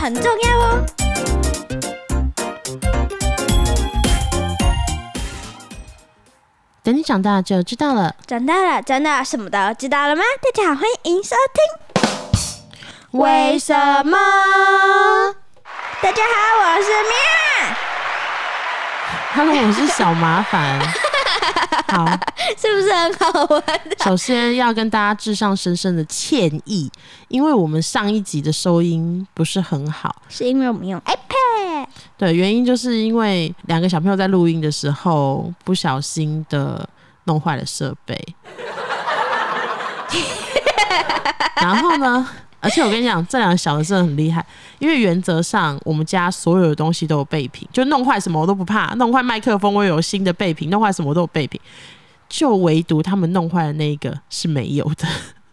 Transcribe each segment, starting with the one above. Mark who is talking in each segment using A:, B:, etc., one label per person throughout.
A: 很重要哦。
B: 等你长大就知道了。
A: 长大了，真的什么都知道了吗？大家好，欢迎收听。为什么？大家好，我是Mia。
B: Hello， 我是小麻烦。好，
A: 是不是很好玩的？
B: 首先要跟大家致上深深的歉意，因为我们上一集的收音不是很好，
A: 是因为我们用 iPad。
B: 对，原因就是因为两个小朋友在录音的时候不小心的弄坏了设备。然后呢，而且我跟你讲，这两个小的真的很厉害，因为原则上我们家所有的东西都有备品，就弄坏什么我都不怕，弄坏麦克风我有新的备品，弄坏什么我都有备品，就唯独他们弄坏的那一个是没有的。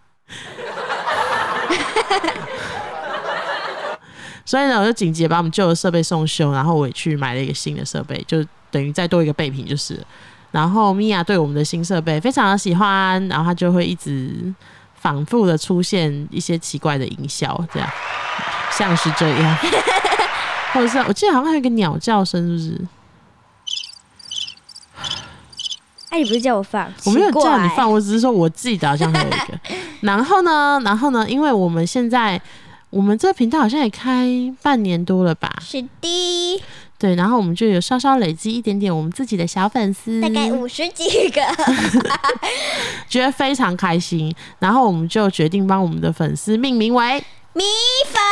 B: 所以呢，我就紧急把我们旧的设备送修，然后我也去买了一个新的设备，就等于再多一个备品就是。然后米娅对我们的新设备非常的喜欢，然后她就会一直反复的出现一些奇怪的音效，这样像是这样，或者是我记得好像还有一个鸟叫声，是不是？
A: 哎，你不是叫我放？
B: 我没有叫你放，我只是说我记得好像还有一个。然后呢，因为我们现在我们这个频道好像也开半年多了吧？
A: 是的。
B: 对，然后我们就有稍稍累积一点点我们自己的小粉丝，
A: 大概50几个，
B: 觉得非常开心。然后我们就决定帮我们的粉丝命名为
A: 米粉。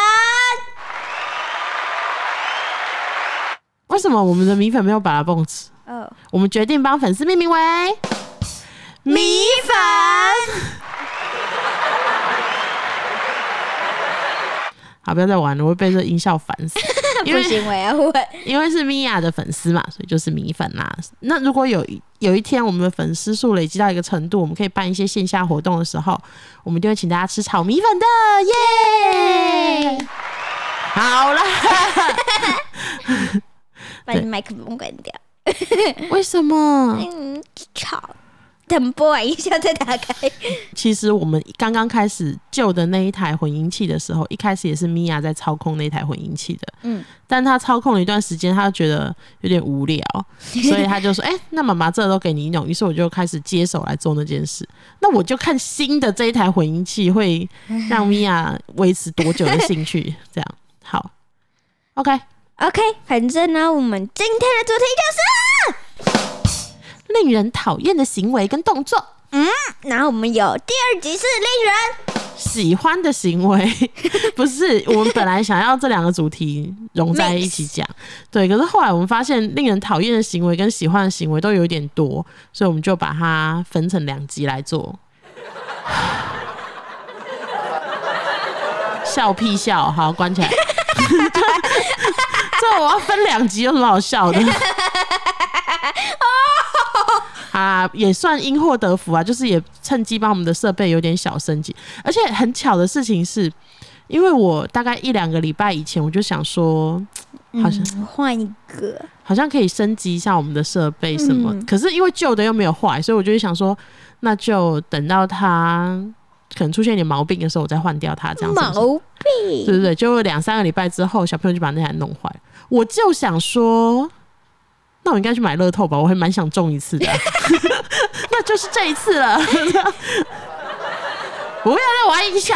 B: 为什么我们的米粉没有巴拉蹦子？我们决定帮粉丝命名为米粉。好，不要再玩了，我会被这音效烦死。
A: 不行，我要问，
B: 因为是米娅的粉丝嘛，所以就是米粉啦。那如果有一天我们的粉丝数累积到一个程度，我们可以办一些线下活动的时候，我们就会请大家吃炒米粉的，耶！好啦，
A: 把你麦克风关掉。
B: 为什么？
A: 吵。等播完音效再打开。
B: 其实我们刚刚开始旧的那一台混音器的时候，一开始也是米娅在操控那一台混音器的。但他操控了一段时间，他就觉得有点无聊，所以他就说：“那妈妈这都给你用。”于是我就开始接手来做那件事。那我就看新的这一台混音器会让米娅维持多久的兴趣。这样好 ，OK，
A: 反正呢，我们今天的主题就是
B: 令人讨厌的行为跟动作。
A: 然后我们有第二集是令人
B: 喜欢的行为，不是我们本来想要这两个主题融在一起讲，对。可是后来我们发现，令人讨厌的行为跟喜欢的行为都有一点多，所以我们就把它分成2集来做。笑屁笑，好，关起来。这我要分2集，有什么好笑的？也算因祸得福啊，就是也趁机帮我们的设备有点小升级。而且很巧的事情是，因为我大概1-2个礼拜以前我就想说，好像
A: 换一个，
B: 好像可以升级一下我们的设备什么。可是因为旧的又没有坏，所以我就想说，那就等到它可能出现一点毛病的时候，我再换掉它，这样子。
A: 毛病？
B: 对对对，就2-3个礼拜之后，小朋友就把那台弄坏了。我就想说，那我应该去买乐透吧，我还蛮想中一次的。那就是这一次了。不要再玩音效。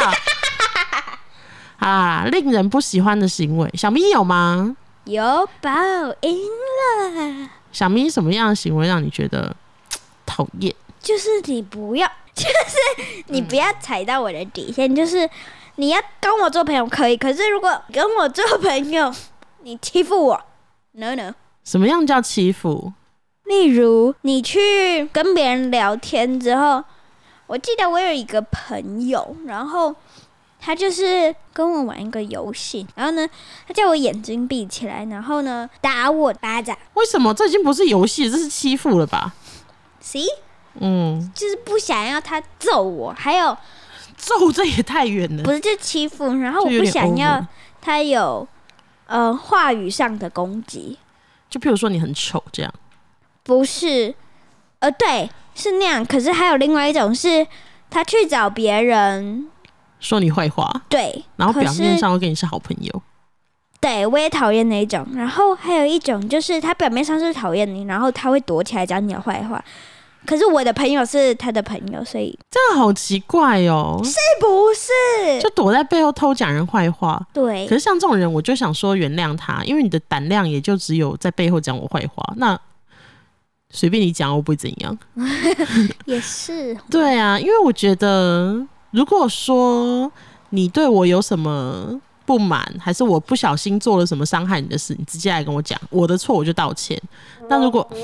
B: 令人不喜欢的行为，小咪有吗？
A: 有报应了。
B: 小咪什么样的行为让你觉得讨厌？
A: 就是你不要踩到我的底线，就是你要跟我做朋友可以，可是如果跟我做朋友，你欺负我 ，no。
B: 什么样叫欺负？
A: 例如你去跟别人聊天之后，我记得我有一个朋友，然后他就是跟我玩一个游戏，然后呢，他叫我眼睛闭起来，然后呢打我巴掌。
B: 为什么？这已经不是游戏，这是欺负了吧
A: ？See， 就是不想要他揍我，还有
B: 揍这也太远了，
A: 不是就欺负，然后我不想要他有话语上的攻击。
B: 就譬如说你很丑这样，
A: 不是，对，是那样。可是还有另外一种是，他去找别人
B: 说你坏话，
A: 对，
B: 然后表面上会跟你是好朋友。
A: 对，我也讨厌那一种。然后还有一种就是他表面上是讨厌你，然后他会躲起来讲你的坏话。可是我的朋友是他的朋友，所以
B: 这样好奇怪哦，
A: 是不是？
B: 就躲在背后偷讲人坏话。
A: 对。
B: 可是像这种人，我就想说原谅他，因为你的胆量也就只有在背后讲我坏话，那随便你讲，我不会怎样。
A: 也是。
B: 对啊，因为我觉得，如果说你对我有什么不满，还是我不小心做了什么伤害你的事，你直接来跟我讲，我的错我就道歉。那如果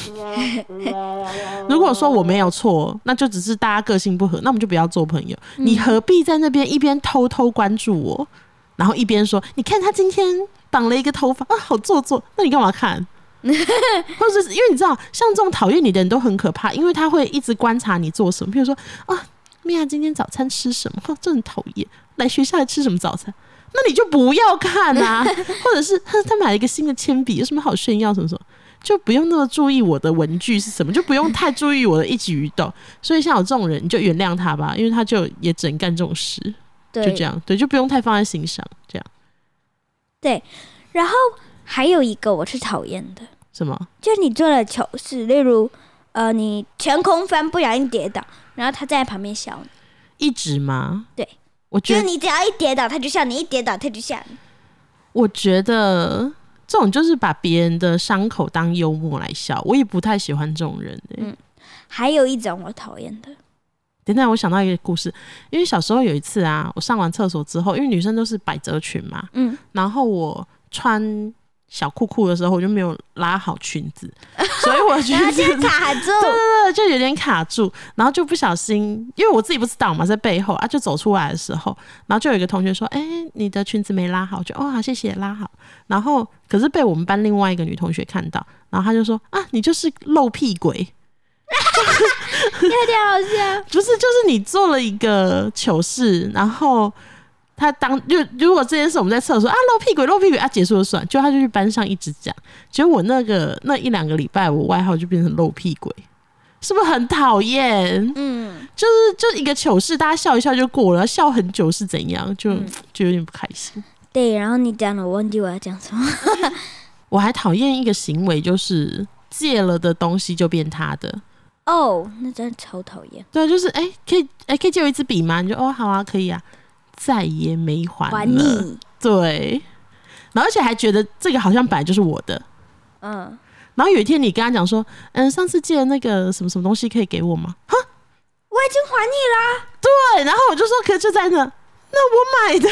B: 说我没有错，那就只是大家个性不合，那我们就不要做朋友。你何必在那边一边偷偷关注我，然后一边说，你看他今天绑了一个头发啊，好做作，那你干嘛看？或者是因为你知道，像这种讨厌你的人都很可怕，因为他会一直观察你做什么。比如说啊，米娅今天早餐吃什么？这很讨厌。来学校来吃什么早餐？那你就不要看啊。或者是他买了一个新的铅笔，有什么好炫耀什么什么？就不用那么注意我的文具是什么，就不用太注意我的一举一动。所以像有这种人，你就原谅他吧，因为他就也只能干这种事。就这样，对，就不用太放在心上，这样。
A: 对，然后还有一个我是讨厌的，
B: 什么？
A: 就你做了糗事，例如你全空翻不小心跌倒，然后他站在旁边笑你。
B: 一直吗？
A: 对，
B: 我觉得
A: 就是你只要一跌倒他就笑你，一跌倒他就笑你。
B: 我觉得这种就是把别人的伤口当幽默来笑，我也不太喜欢这种人。
A: 还有一种我讨厌的。
B: 等等，我想到一个故事，因为小时候有一次啊，我上完厕所之后，因为女生都是百褶裙嘛，然后我穿小裤裤的时候，我就没有拉好裙子，所以我裙子
A: 卡住，
B: 对，就有点卡住，然后就不小心，因为我自己不知道嘛，在背后啊，就走出来的时候，然后就有一个同学说：“你的裙子没拉好。”就好，谢谢，拉好。然后可是被我们班另外一个女同学看到，然后她就说：“啊，你就是露屁鬼。”
A: 有点好笑。
B: 不是，就是你做了一个糗事，然后他如果这件事我们在厕所啊露屁鬼啊结束了算，就他就去班上一直讲，结果我那一两个礼拜我外号就变成露屁鬼，是不是很讨厌？就是一个糗事，大家笑一笑就过了，笑很久是怎样？就有点不开心。
A: 对，然后你讲了，我忘记我要讲什么。
B: 我还讨厌一个行为，就是借了的东西就变他的。
A: 那真的超讨厌。
B: 对，就是可以借我一支笔吗？你就好啊，可以啊，再也没还了。
A: 还你。
B: 对，然后而且还觉得这个好像本来就是我的。然后有一天你跟他讲说，上次借的那个什么什么东西可以给我吗？哈，
A: 我已经还你啦。
B: 对，然后我就说，可是就在那我买的，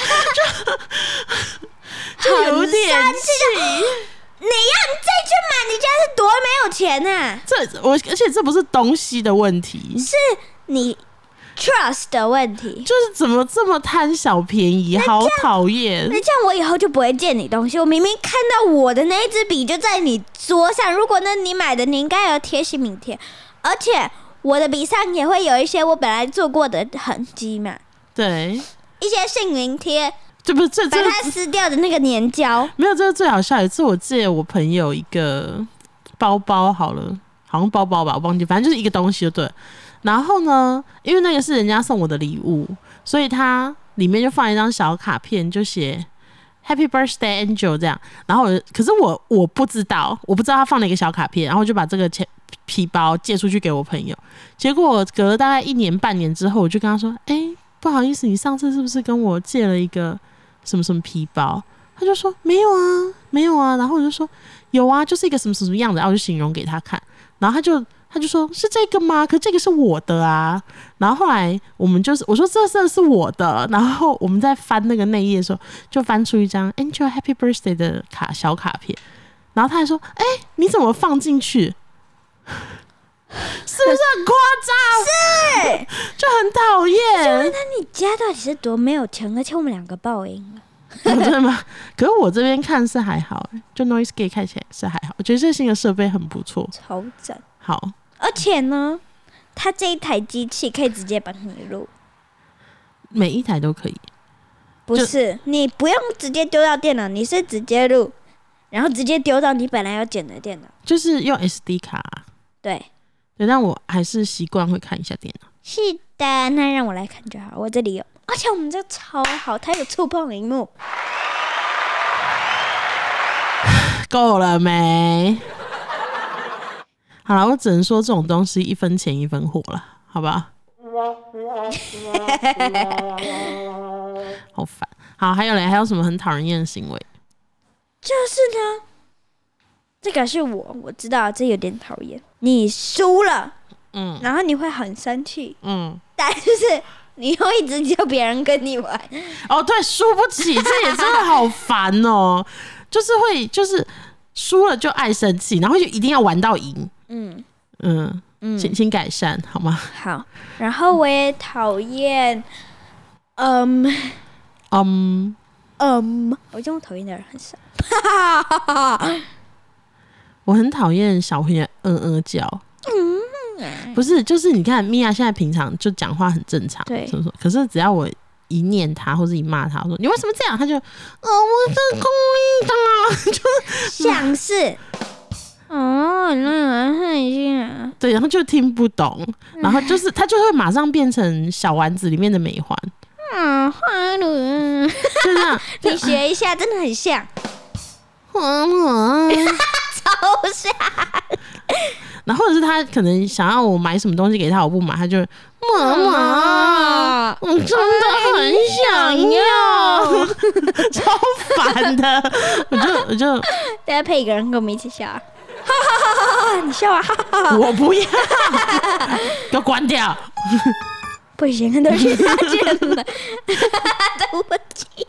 B: 就有点气。
A: 你再去买，你家是多没有钱啊！
B: 而且这不是东西的问题，
A: 是你 trust 的问题。
B: 就是怎么这么贪小便宜，好讨厌！
A: 那这样我以后就不会借你东西。我明明看到我的那一支笔就在你桌上，如果那你买的，你应该有贴姓名贴，而且我的笔上也会有一些我本来做过的痕迹嘛。
B: 对，
A: 一些姓名贴。
B: 这不是
A: 把它撕掉的那个粘胶。
B: 没有，这是最好笑。有一次我借我朋友一个包包，好像包包吧，我忘记，反正就是一个东西就对了。然后呢，因为那个是人家送我的礼物，所以它里面就放一张小卡片，就写 Happy Birthday Angel 这样。然后可是我不知道他放了一个小卡片，然后就把这个皮包借出去给我朋友。结果隔了大概1年半年之后，我就跟他说：“不好意思，你上次是不是跟我借了一个什么什么皮包？”他就说没有啊，然后我就说有啊，就是一个什么什么样子，然后我就形容给他看，然后他就说是这个吗？可这个是我的啊。然后后来我说这是我的，然后我们在翻那个内页的时候，就翻出一张 Angel Happy Birthday 的小卡片，然后他还说你怎么放进去？是不是很夸张？
A: 是，
B: 就很讨厌。
A: 那你家到底是多没有钱？而且我们2个报应了。
B: 真的吗？可是我这边看是还好，就 Noise Gate 看起来是还好，我觉得这新的设备很不错，
A: 超赞。
B: 好，
A: 而且呢，它这一台机器可以直接帮你录，
B: 每一台都可以。
A: 不是，你不用直接丢到电脑，你是直接录，然后直接丢到你本来要剪的电脑，
B: 就是用 SD 卡。
A: 对，
B: 但我还是习惯会看一下电脑。
A: 是的，那让我来看就好。我这里有，而且我们这超好，它有触碰萤幕。
B: 够了没？好了，我只能说这种东西一分钱一分货了，好不好？好烦。好，还有什么很讨人厌的行为？
A: 就是呢，这个是我知道这有点讨厌。你输了，然后你会很生气，但是你又一直叫别人跟你玩。
B: 哦，对，输不起，这也真的好烦哦。就是输了就爱生气，然后就一定要玩到赢。请改善好吗？
A: 好，然后我也讨厌，我这种讨厌的人很少。
B: 我很讨厌小朋友叫。不是，就是你看米娅现在平常就讲话很正常，对，可是只要我一念他或是一骂他，我说你为什么这样，他就我是故意的，就是
A: 像是那很像，
B: 对，然后就听不懂，然后就是他就会马上变成小丸子里面的美环，
A: 花轮，
B: 就这样，
A: 你学一下，真的很像，超像。
B: 然后或者是他可能想要我买什么东西给他，我不买，他就妈妈，我真的很想要，超烦的。我就
A: 大家配一个人跟我们一起笑，你笑啊！
B: 我不要，给我关掉。
A: 不行，很多人发现了，对不起。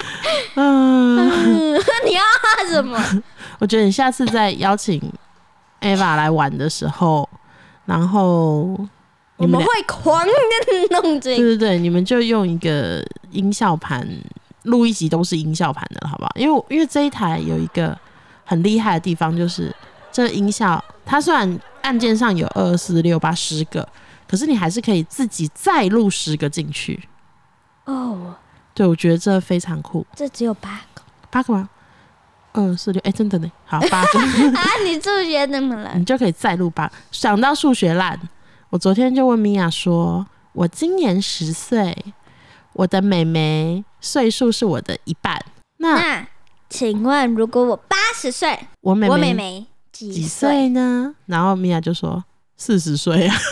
A: 你要哈什么？
B: 我觉得你下次再邀请 Eva 来玩的时候，然后
A: 我们会狂的弄这个。
B: 对对对，你们就用一个音效盘录一集都是音效盘的，好不好？因为这一台有一个很厉害的地方，就是这个音效它虽然按键上有2、4、6、8、10个，可是你还是可以自己再录10个进去。
A: 哦，
B: 对，我觉得这非常酷。
A: 这只有8个
B: ，8个吗？2、4、6，真的呢，好8个
A: 啊！你数学那么烂，
B: 你就可以再录8个。想到数学烂，我昨天就问米娅说，我今年10岁，我的妹妹岁数是我的1半。
A: 那请问，如果我80岁，我妹妹几岁
B: 呢？然后米娅就说40岁啊。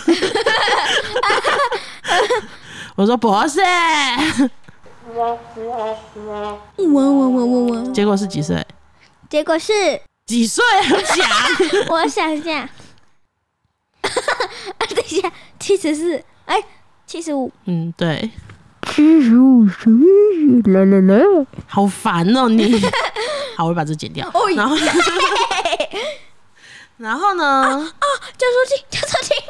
B: 我说不是，结果是几岁？
A: 结果是
B: 几岁？讲，
A: 我想一下，等一下，74，75，
B: 对
A: ，75岁，
B: 好烦哦你。好，我会把这剪掉。然后呢？
A: 叫出去。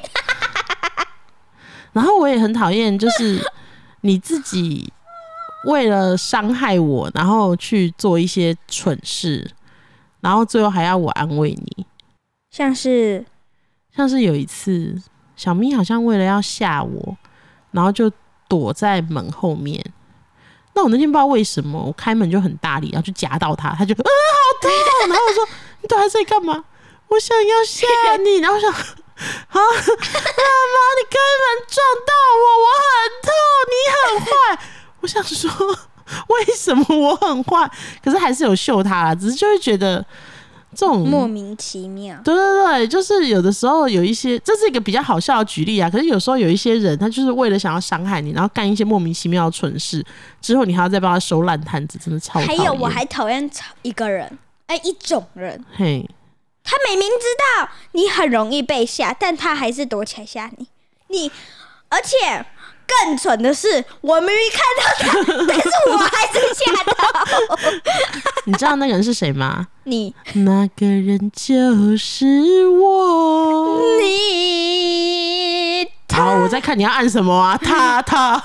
B: 然后我也很讨厌，就是你自己为了伤害我，然后去做一些蠢事，然后最后还要我安慰你。
A: 像是
B: 有一次，小咪好像为了要吓我，然后就躲在门后面。那我那天不知道为什么，我开门就很大力，然后就夹到他，他就好痛。然后我说你躲在这里干嘛？我想要吓你。然后我想妈妈，你开门撞到我很痛，你很坏。我想说为什么我很坏？可是还是有秀他啦，只是就会觉得这种
A: 莫名其妙。
B: 对对对，就是有的时候有一些，这是一个比较好笑的举例啊。可是有时候有一些人，他就是为了想要伤害你，然后干一些莫名其妙的蠢事，之后你还要再帮他收烂摊子，真的超讨厌。
A: 还有，我还讨厌一种人，
B: 嘿，
A: 他明明知道你很容易被吓，但他还是躲起来吓你。而且更蠢的是，我明明看到他，但是我还是吓到。
B: 你知道那个人是谁吗？
A: 你
B: 那个人就是我。
A: 你
B: 好，我在看你要按什么啊？他。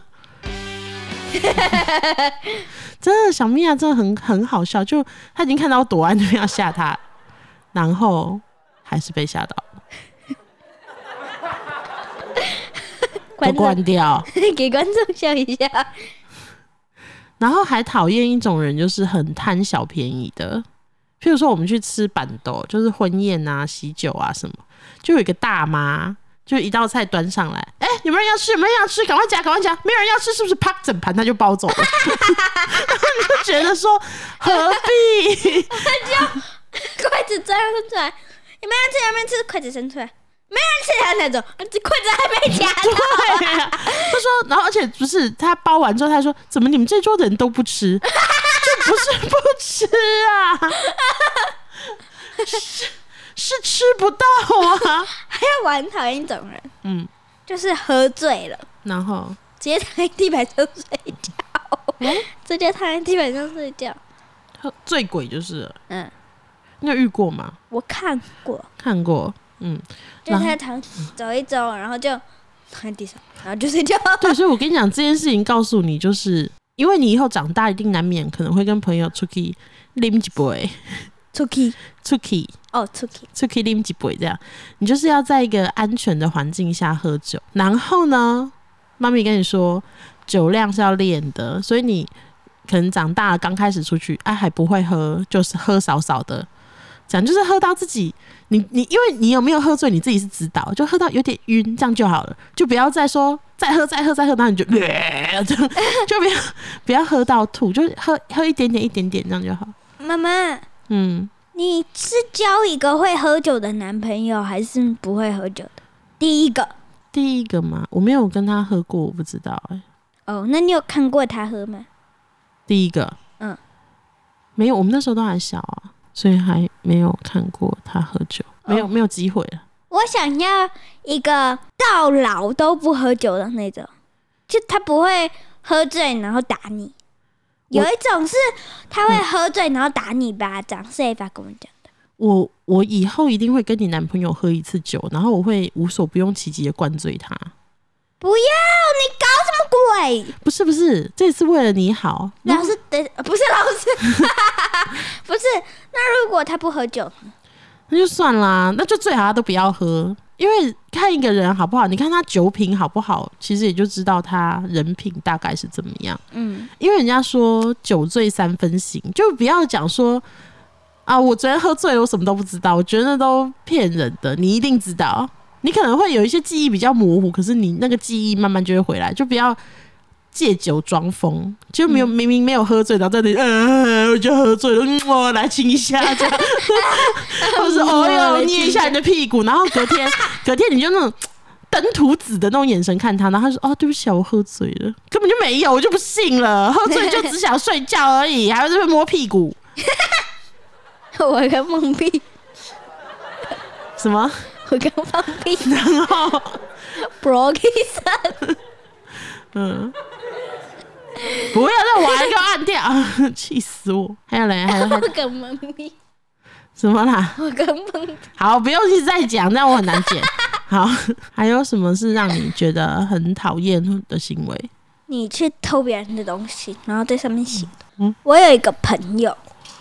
B: 真的，小咪娅真的很好笑，就他已经看到我躲在那边要吓他，然后还是被吓到。都关掉，
A: 给观众笑一下。
B: 然后还讨厌一种人，就是很贪小便宜的。譬如说，我们去吃板豆，就是婚宴啊、喜酒啊什么，就有一个大妈，就一道菜端上来，有没有人要吃？有没有人要吃？赶快夹，赶快夹！没有人要吃，是不是？啪，整盘他就包走了。然后你就觉得说，何必？
A: 筷子最后伸出来，有没有人吃？有没有人吃？筷子伸出来，没人吃啊那种，这筷子还没夹到。
B: 对啊，他说，然后而且不是他包完之后，他说怎么你们这桌的人都不吃？就不是不吃啊，是吃不到啊。
A: 还有我很讨厌一种人，就是喝醉了，
B: 然后
A: 直接躺在地板上睡觉，直接躺在地板上睡觉。
B: 醉鬼就是了，你有遇过吗？
A: 我看过，
B: 然后
A: 就是他走一走，然后就躺在地上，然后就睡觉。
B: 对，所以我跟你讲这件事情，告诉你，就是因为你以后长大，一定难免可能会跟朋友出去啉一杯，出去啉一杯，这样你就是要在一个安全的环境下喝酒。然后呢，妈咪跟你说，酒量是要练的，所以你可能长大了刚开始出去，还不会喝，就是喝少少的。这样就是喝到自己，你因为你有没有喝醉，你自己是知道，就喝到有点晕，这样就好了，就不要再说再喝，然后你就这样，就不要喝到吐，就喝一点点这样就好。
A: 妈妈，你是交一个会喝酒的男朋友，还是不会喝酒的？第一个
B: 吗？我没有跟他喝过，我不知道
A: 那你有看过他喝吗？
B: 第一个，没有，我们那时候都还小啊。所以还没有看过他喝酒，没有机会了。
A: 我想要一个到老都不喝酒的那种，就他不会喝醉然后打你。有一种是他会喝醉然后打你巴掌，是 Eva 跟我讲的。
B: 我以后一定会跟你男朋友喝一次酒，然后我会无所不用其极的灌醉他。
A: 不要，你搞什么鬼？
B: 不是，这是为了你好。
A: 老师不是老师，不是。那如果他不喝酒呢？
B: 那就算啦，那就最好他都不要喝。因为看一个人好不好，你看他酒品好不好，其实也就知道他人品大概是怎么样。因为人家说酒醉3分醒，就不要讲说我昨天喝醉了，我什么都不知道。我觉得那都骗人的，你一定知道。你可能会有一些记忆比较模糊，可是你那个记忆慢慢就会回来，就不要借酒装疯，就明明没有喝醉，然后在那里我就喝醉了，我来亲一下这样，或是捏一下你的屁股，然后隔天你就那种登徒子的那种眼神看他，然后他说对不起我喝醉了，根本就没有，我就不信了，喝醉就只想睡觉而已，还会在那边摸屁股。
A: 我刚放屁。
B: 什么？
A: 我刚放屁，
B: 然后
A: broke 一声。
B: 不要再玩，给我按掉，气死我！还有嘞，
A: 我刚放屁。
B: 什么啦？
A: 我刚放屁。
B: 好，不用一直在讲，这样我很难剪。好，还有什么是让你觉得很讨厌的行为？
A: 你去偷别人的东西，然后在上面写。我有一个朋友，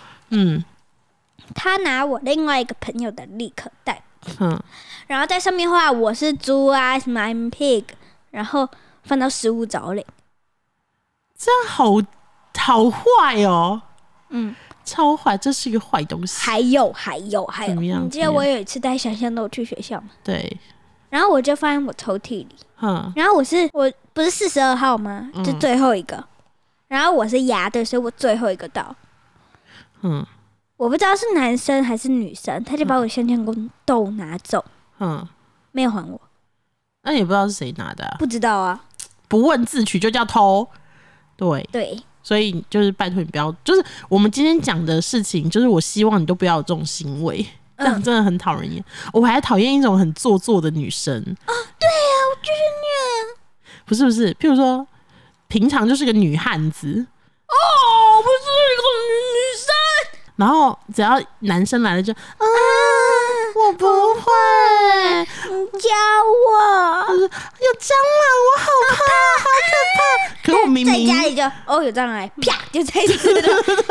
A: 他拿我另外一个朋友的立可带。然后在上面画我是猪啊，什么 I'm pig， 然后放到食物藻里，
B: 这样好坏哦，超坏，这是一个坏东西。
A: 还有，你记得我有一次带想象豆去学校吗？
B: 对。
A: 然后我就放在我抽屉里，然后我不是42号吗？就最后一个，然后我是押队，所以我最后一个到。我不知道是男生还是女生，他就把我香香豆拿走，没有还我。
B: 那也不知道是谁拿的
A: 不知道啊。
B: 不问自取就叫偷。对，所以就是拜托你不要，就是我们今天讲的事情，就是我希望你都不要有这种行为，这样真的很讨人厌。我还讨厌一种很做作的女生。
A: 对啊，我就是那样。
B: 不是，譬如说平常就是个女汉子，
A: 不是一个女生。
B: 然后只要男生来了就我不会，
A: 你教我。
B: 有蟑螂，我好怕，好可怕。可我明明
A: 在家里就有蟑螂来，啪就在吃了。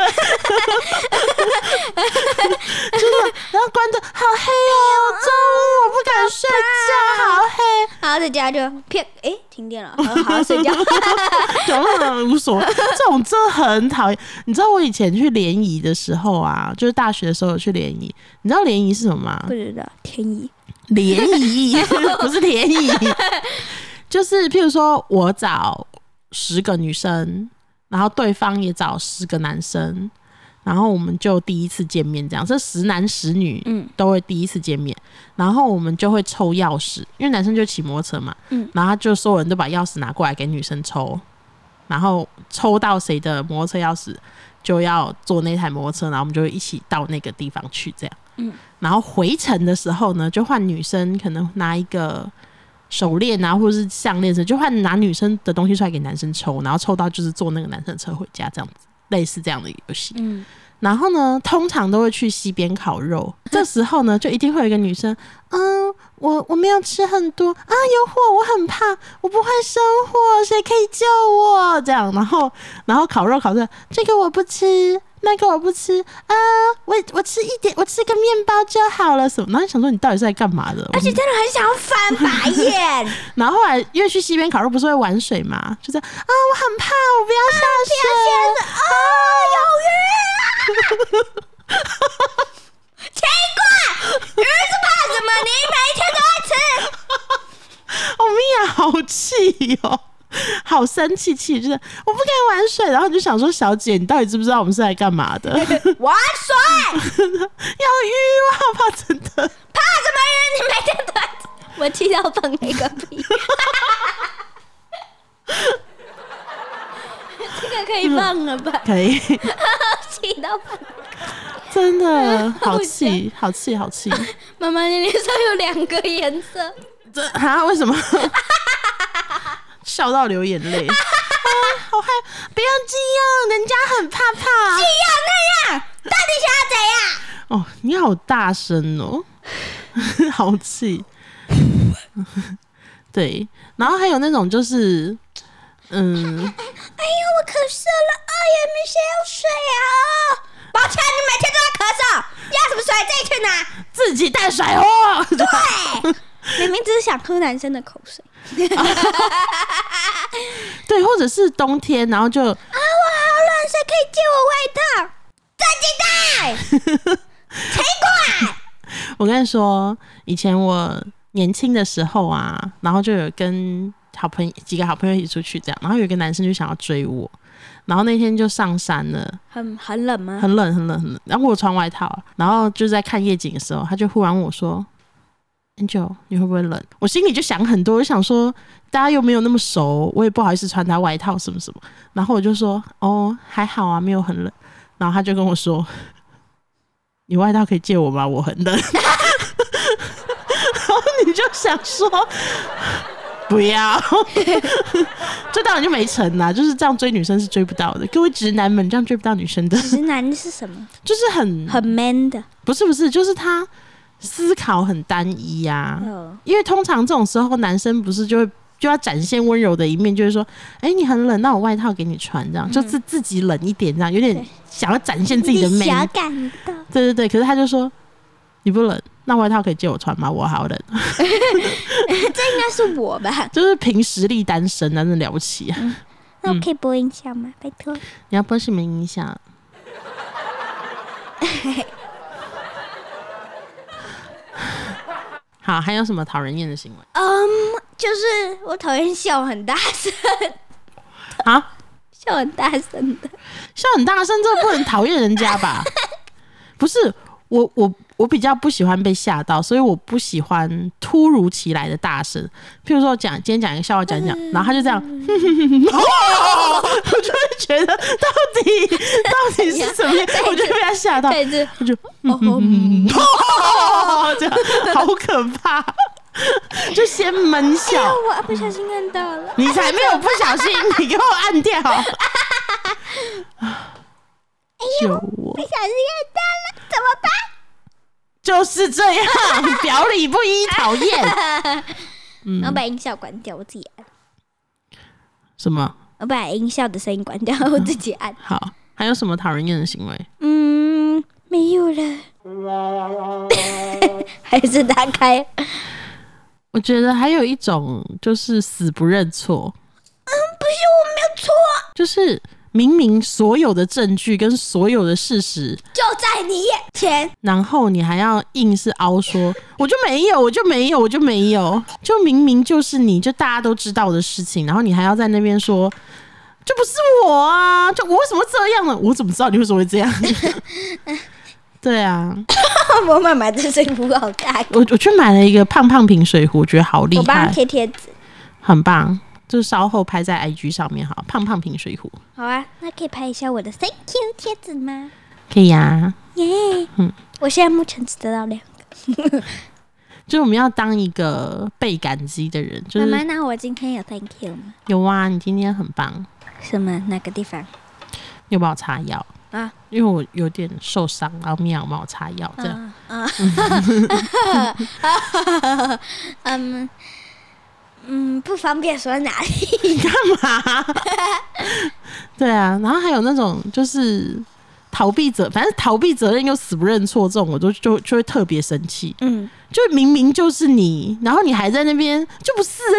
B: 就是然后关灯，好黑中午我不敢睡觉，好黑。
A: 然后在家就啪，停电了，好好睡觉。
B: 无所谓，这种真的很讨厌。你知道我以前去联谊的时候啊，就是大学的时候去联谊，你知道联谊是什么吗？
A: 不知道，联谊。
B: 不是联谊，就是譬如说我找10个女生，然后对方也找10个男生， 然后我们就第一次见面，这样这10男10女都会第一次见面，然后我们就会抽钥匙，因为男生就骑摩托车嘛，然后他就所有人都把钥匙拿过来给女生抽，然后抽到谁的摩托车钥匙就要坐那台摩托车，然后我们就会一起到那个地方去这样，然后回程的时候呢，就换女生可能拿一个手链啊，或者是项链，就换拿女生的东西出来给男生抽，然后抽到就是坐那个男生的车回家，这样子类似这样的游戏。然后呢，通常都会去溪边烤肉，这时候呢，就一定会有一个女生，我没有吃很多啊，有火，我很怕，我不会生火，谁可以救我？这样，然后烤肉烤出来，这个我不吃，那个我不吃啊，我吃一点，我吃个面包就好了什么？然后想说你到底是在干嘛的？
A: 而且真的很想要翻白眼。
B: 然后后来因为去溪边烤肉不是会玩水嘛，就这样啊，我很怕，我不要下水
A: 啊，有鱼啊！奇怪，鱼是怕什么？你每天都在吃。
B: 哦，米娅好气哦。好生气，就是我不可以玩水，然后你就想说，小姐，你到底知不知道我们是来干嘛的？
A: 玩水，
B: 有鱼，我好怕，真的。
A: 怕什么鱼？你每天都在吃。我气到放了一个屁。这个可以放了吧？
B: 可以。
A: 气到放。
B: 真的好气，好气，好气！
A: 妈妈，你脸上有2个颜色。
B: 为什么？笑到流眼泪。好害，不要这样，人家很怕怕。
A: 这样那样，到底想要怎样？
B: 哦，你好大声哦，好气。对，然后还有那种就是，哎呦，
A: 我咳嗽了，有没有谁有水啊？抱歉，你每天都在咳嗽，要什么水自己去拿，
B: 自己带水哦。
A: 对。明明只是想喝男生的口水。
B: 对，或者是冬天，然后就我好
A: 冷，谁可以借我外套？自己带。奇怪。
B: 我跟你说，以前我年轻的时候啊，然后就有跟几个好朋友一起出去这样，然后有一个男生就想要追我，然后那天就上山了。
A: 很冷吗？
B: 很冷，很冷，很冷。然后我有穿外套，然后就在看夜景的时候，他就忽然问我说：“Angel， 你会不会冷？”我心里就想很多，我就想说大家又没有那么熟，我也不好意思穿他外套什么什么。然后我就说：“哦，还好啊，没有很冷。”然后他就跟我说：“你外套可以借我吗？我很冷。”然后你就想说不要，这当然就没成啦。就是这样追女生是追不到的，各位直男们，这样追不到女生的。
A: 直男是什么？
B: 就是很
A: man 的。不
B: 是，就是他思考很单一啊。因为通常这种时候，男生不是就要展现温柔的一面，就是说，你很冷，那我外套给你穿，这样就是自己冷一点，这样有点想要展现自己的 man。
A: 小感动。
B: 对，可是他就说你不冷，那外套可以借我穿吗？我好冷。
A: 这应该是我吧？
B: 就是凭实力单身，真的了不起啊。
A: 那我可以播音效吗？拜托。
B: 你要播什么音效？好，还有什么讨人厌的行为？
A: 就是我讨厌笑很大声。
B: 啊？
A: 笑很大声的。
B: 笑很大声，这不能讨厌人家吧？不是，我比较不喜欢被吓到，所以我不喜欢突如其来的大声。譬如说今天讲一个笑话，讲，然后他就这样，我就会觉得到底是什么样，我就被他吓到，我就这样好可怕，就先闷笑。
A: 我不小心按到了，
B: 你才没有不小心，你给我按掉。救我！
A: 不小心按到了，怎么办？
B: 就是这样，表里不一，讨厌。
A: 然后把音效关掉，我自己按。
B: 什么？
A: 我把音效的声音关掉，我自己按。
B: 好，还有什么讨人厌的行为？
A: 没有了。还是打开。
B: 我觉得还有一种就是死不认错。
A: 不是我没有错，
B: 就是明明所有的证据跟所有的事实
A: 就在你眼前，
B: 然后你还要硬是凹说我就没有，就明明就是你就大家都知道的事情，然后你还要在那边说就不是我啊，就我为什么这样呢？我怎么知道你为什么会这样？对啊，
A: 我妈妈这水壶好大，
B: 我去买了一个胖胖瓶水壶，我觉得好厉害，
A: 我帮贴贴纸，
B: 很棒，就是稍后拍在 IG 上面好，胖胖瓶水壶。
A: 好啊，那可以拍一下我的 Thank you 贴纸吗？
B: 可以呀，
A: 耶！我现在目前只得到2个。
B: 就是我们要当一个被感激的人。就是
A: 妈妈，那我今天有 Thank you 吗？
B: 有啊，你今天很棒。
A: 什么？哪个地方？
B: 你有帮我擦药啊？因为我有点受伤，然后米娅有帮我擦药，这样。
A: 不方便说哪里。
B: 干嘛？对啊，然后还有那种就是反正逃避责任又死不认错，这种我就会特别生气。就明明就是你，然后你还在那边就不是，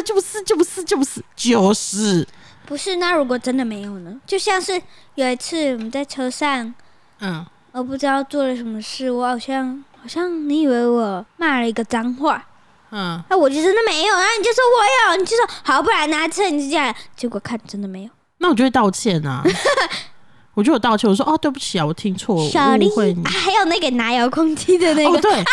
A: 不是。那如果真的没有呢？就像是有一次我们在车上，我不知道做了什么事，我好像你以为我骂了一个脏话，那我就真的没有，然后你就说我有，你就说好，不然拿车你就这样，结果看真的没有，那
B: 我就会道歉啊。我就有道歉，我说对不起啊，我听错，误会你。
A: 还有那个拿遥控器的那个，
B: 对。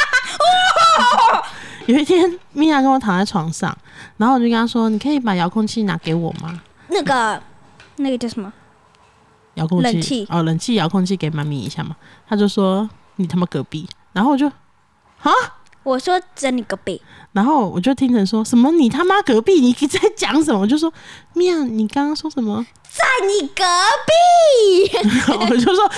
B: 有一天，米娅跟我躺在床上，然后我就跟她说：“你可以把遥控器拿给我吗？”
A: 那个叫什么？
B: 遥控器？冷气遥控器给妈咪一下嘛。他就说：“你他妈隔壁。”然后我就啊，
A: 我说在你隔壁。
B: 然后我就听成说什么你他妈隔壁，你在讲什么？我就说米娅，你刚刚说什么？
A: 在你隔壁。
B: 我就说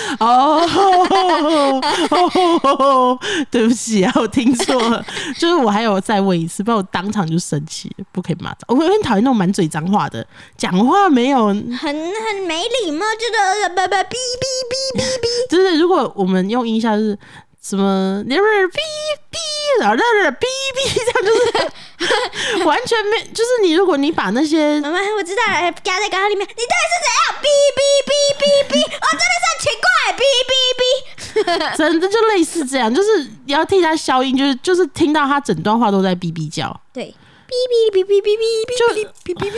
B: 对不起啊，我听错了。就是我还有再问一次，不然我当场就生气了，不可以骂脏。我很讨厌那种满嘴脏话的，讲话没有很
A: 没礼貌，就是哔哔哔哔哔。
B: 就是如果我们用音效就是什么哔哔，然后哔哔，这样就是完全没，就是如果你把那些
A: 妈妈我知道了，夹在刚刚里面，你到底是怎样？哔哔哔哔哔，真的是很奇怪，哔哔哔，
B: 真的就类似这样，就是你要替他消音，就是听到他整段话都在哔哔叫，
A: 对。哔哔哔哔哔哔，就哔哔哔哔哔哔哔哔哔哔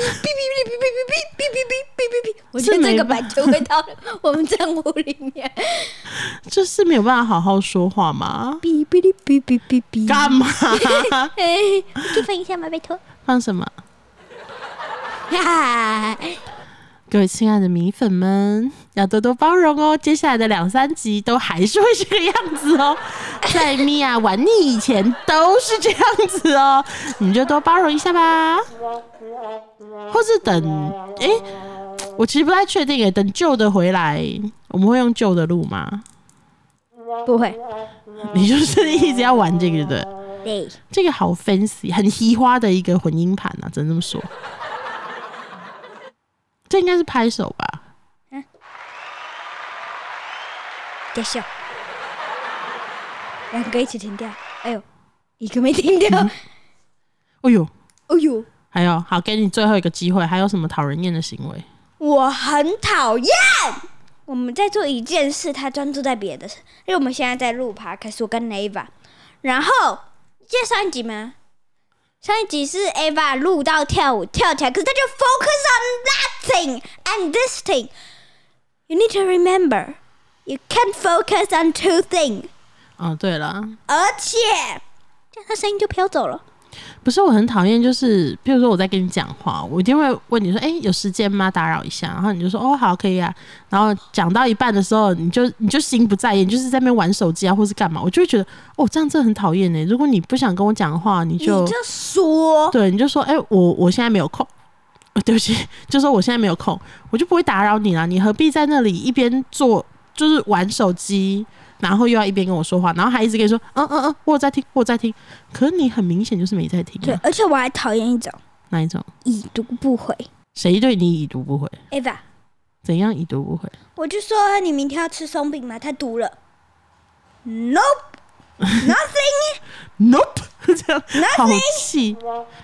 A: 哔哔哔，我觉得这个版就会到我们账户里面，
B: 就是没有办法好好说话嘛。
A: 哔哔哩哔哔哔哔，
B: 干嘛？
A: 可以放一下吗？拜托。
B: 放什么？各位亲爱的米粉们，要多多包容哦。接下来的2-3集都还是会这个样子哦，在米娅玩腻以前都是这样子哦，你们就多包容一下吧。或是等，我其实不太确定等旧的回来，我们会用旧的录吗？
A: 不会，
B: 你就是一直要玩这个的。
A: 对，
B: 这个好 fancy， 很稀花的一个混音盘啊，只能这么说。这应该是拍手吧？
A: 别笑，2个一起停掉。哎呦，1个没停掉。
B: 哎呦，
A: 哎呦，
B: 还有，好，给你最后一个机会，还有什么讨人厌的行为？
A: 我很讨厌。我们在做一件事，他专注在别的事，因为我们现在在录 podcast， 我跟 Ava， 然后记得上一集吗？上一集是 Ava 录到跳舞跳起来，可是他就 focus on that thing and this thing. You need to remember, you can't focus on 2 things.
B: 对了，
A: 而且这样他声音就飘走了。
B: 不是，我很讨厌，就是比如说我在跟你讲话，我一定会问你说，有时间吗？打扰一下，然后你就说好，可以啊。然后讲到一半的时候，你就心不在焉，就是在那边玩手机啊，或是干嘛，我就会觉得这样真的很讨厌欸。如果你不想跟我讲话，你就
A: 说，
B: 对，你就说我现在没有空。对不起，就说我现在没有空，我就不会打扰你啦。你何必在那里一边做就是玩手机，然后又要一边跟我说话，然后还一直跟你说我有在听，我有在听。可是你很明显就是没在听。
A: 对，而且我还讨厌一种。
B: 哪一种？
A: 已读不回。谁
B: 对你已读不回
A: ？Ava。
B: 怎样已读不回？
A: 我就说你明天要吃松饼吗？他读了。Nope。Nothing。
B: Nope。这样好气。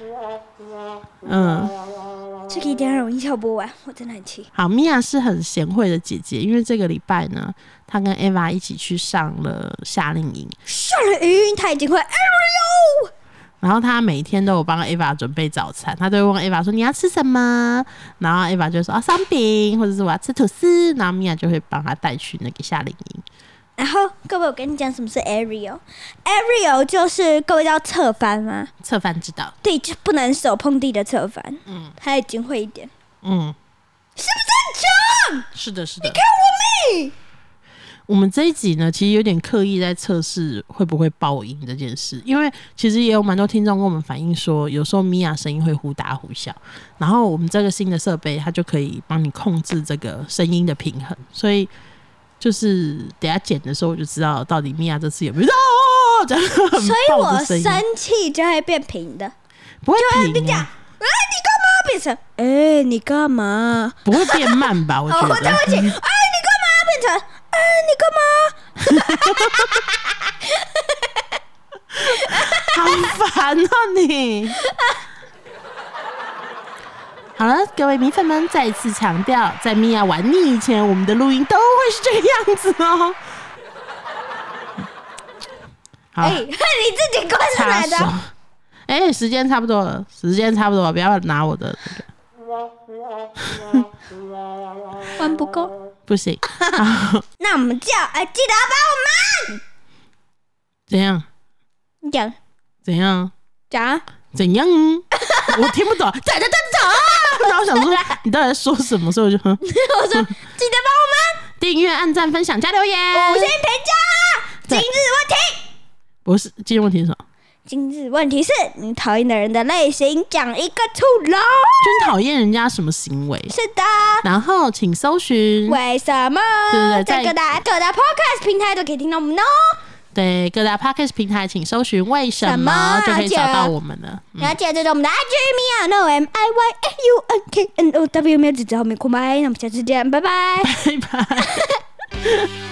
A: 这个一定要容易跳播完，我真的很气。
B: 好，米娅是很贤惠的姐姐，因为这个礼拜呢，她跟 Ava 一起去上了夏令营。
A: 夏令营她已经会
B: 然后他每天都有帮 Ava 准备早餐，他都会问 Ava 说你要吃什么，然后 Ava 就说啊松饼，或者是我要吃吐司，然后 Mia 就会帮他带去那个夏令营。
A: 然后各位，我跟你讲什么是 aerial 就是各位知道侧翻吗？
B: 侧翻知道，
A: 对，就不能手碰地的侧翻。他已经会一点，是不是很强？
B: 是的，是的。
A: 你看我妹。
B: 我们这一集呢，其实有点刻意在测试会不会爆音这件事，因为其实也有蛮多听众跟我们反映说，有时候米娅声音会忽大忽小，然后我们这个新的设备，它就可以帮你控制这个声音的平衡，所以就是等一下剪的时候我就知道到底米娅这次有没有这样很爆的声音，
A: 所以我生气就会变平的，
B: 不会平、啊，
A: 就会变这样。你干嘛变成？你干嘛？
B: 不会变慢吧？我觉得。
A: 对不起，你干嘛变成？你干嘛？
B: 好烦哦你！好了，各位米粉们，再一次强调，在米娅玩腻以前，我们的录音都会是这个样子哦。好，
A: 你自己关出来的。
B: 时间差不多了，不要拿我的
A: 玩不够，
B: 不行。
A: 那我们记得要帮我们
B: 怎样？
A: 你讲
B: 怎样？
A: 讲
B: 怎样？我听不懂。走！然后我想说你到底在说什么，所以我就我说记
A: 得帮我们
B: 订阅、按赞、分享、加留言、
A: 5星评价。今日问题
B: 不是今日问题是什么？
A: 今日问题是你讨厌的人的类型，讲一个出来。
B: 就是讨厌人家什么行为？
A: 是的。
B: 然后请搜寻
A: 为什么？
B: 对，
A: 在各大 podcast 平台都可以听到我们哦。
B: 对，各大 podcast 平台请搜寻为什么就可以找到我们了。
A: 然后记得追踪我们的 IG MIANOMIYAUNKNOW，没有指指后面空白。那我们下次见，拜拜。
B: 拜拜。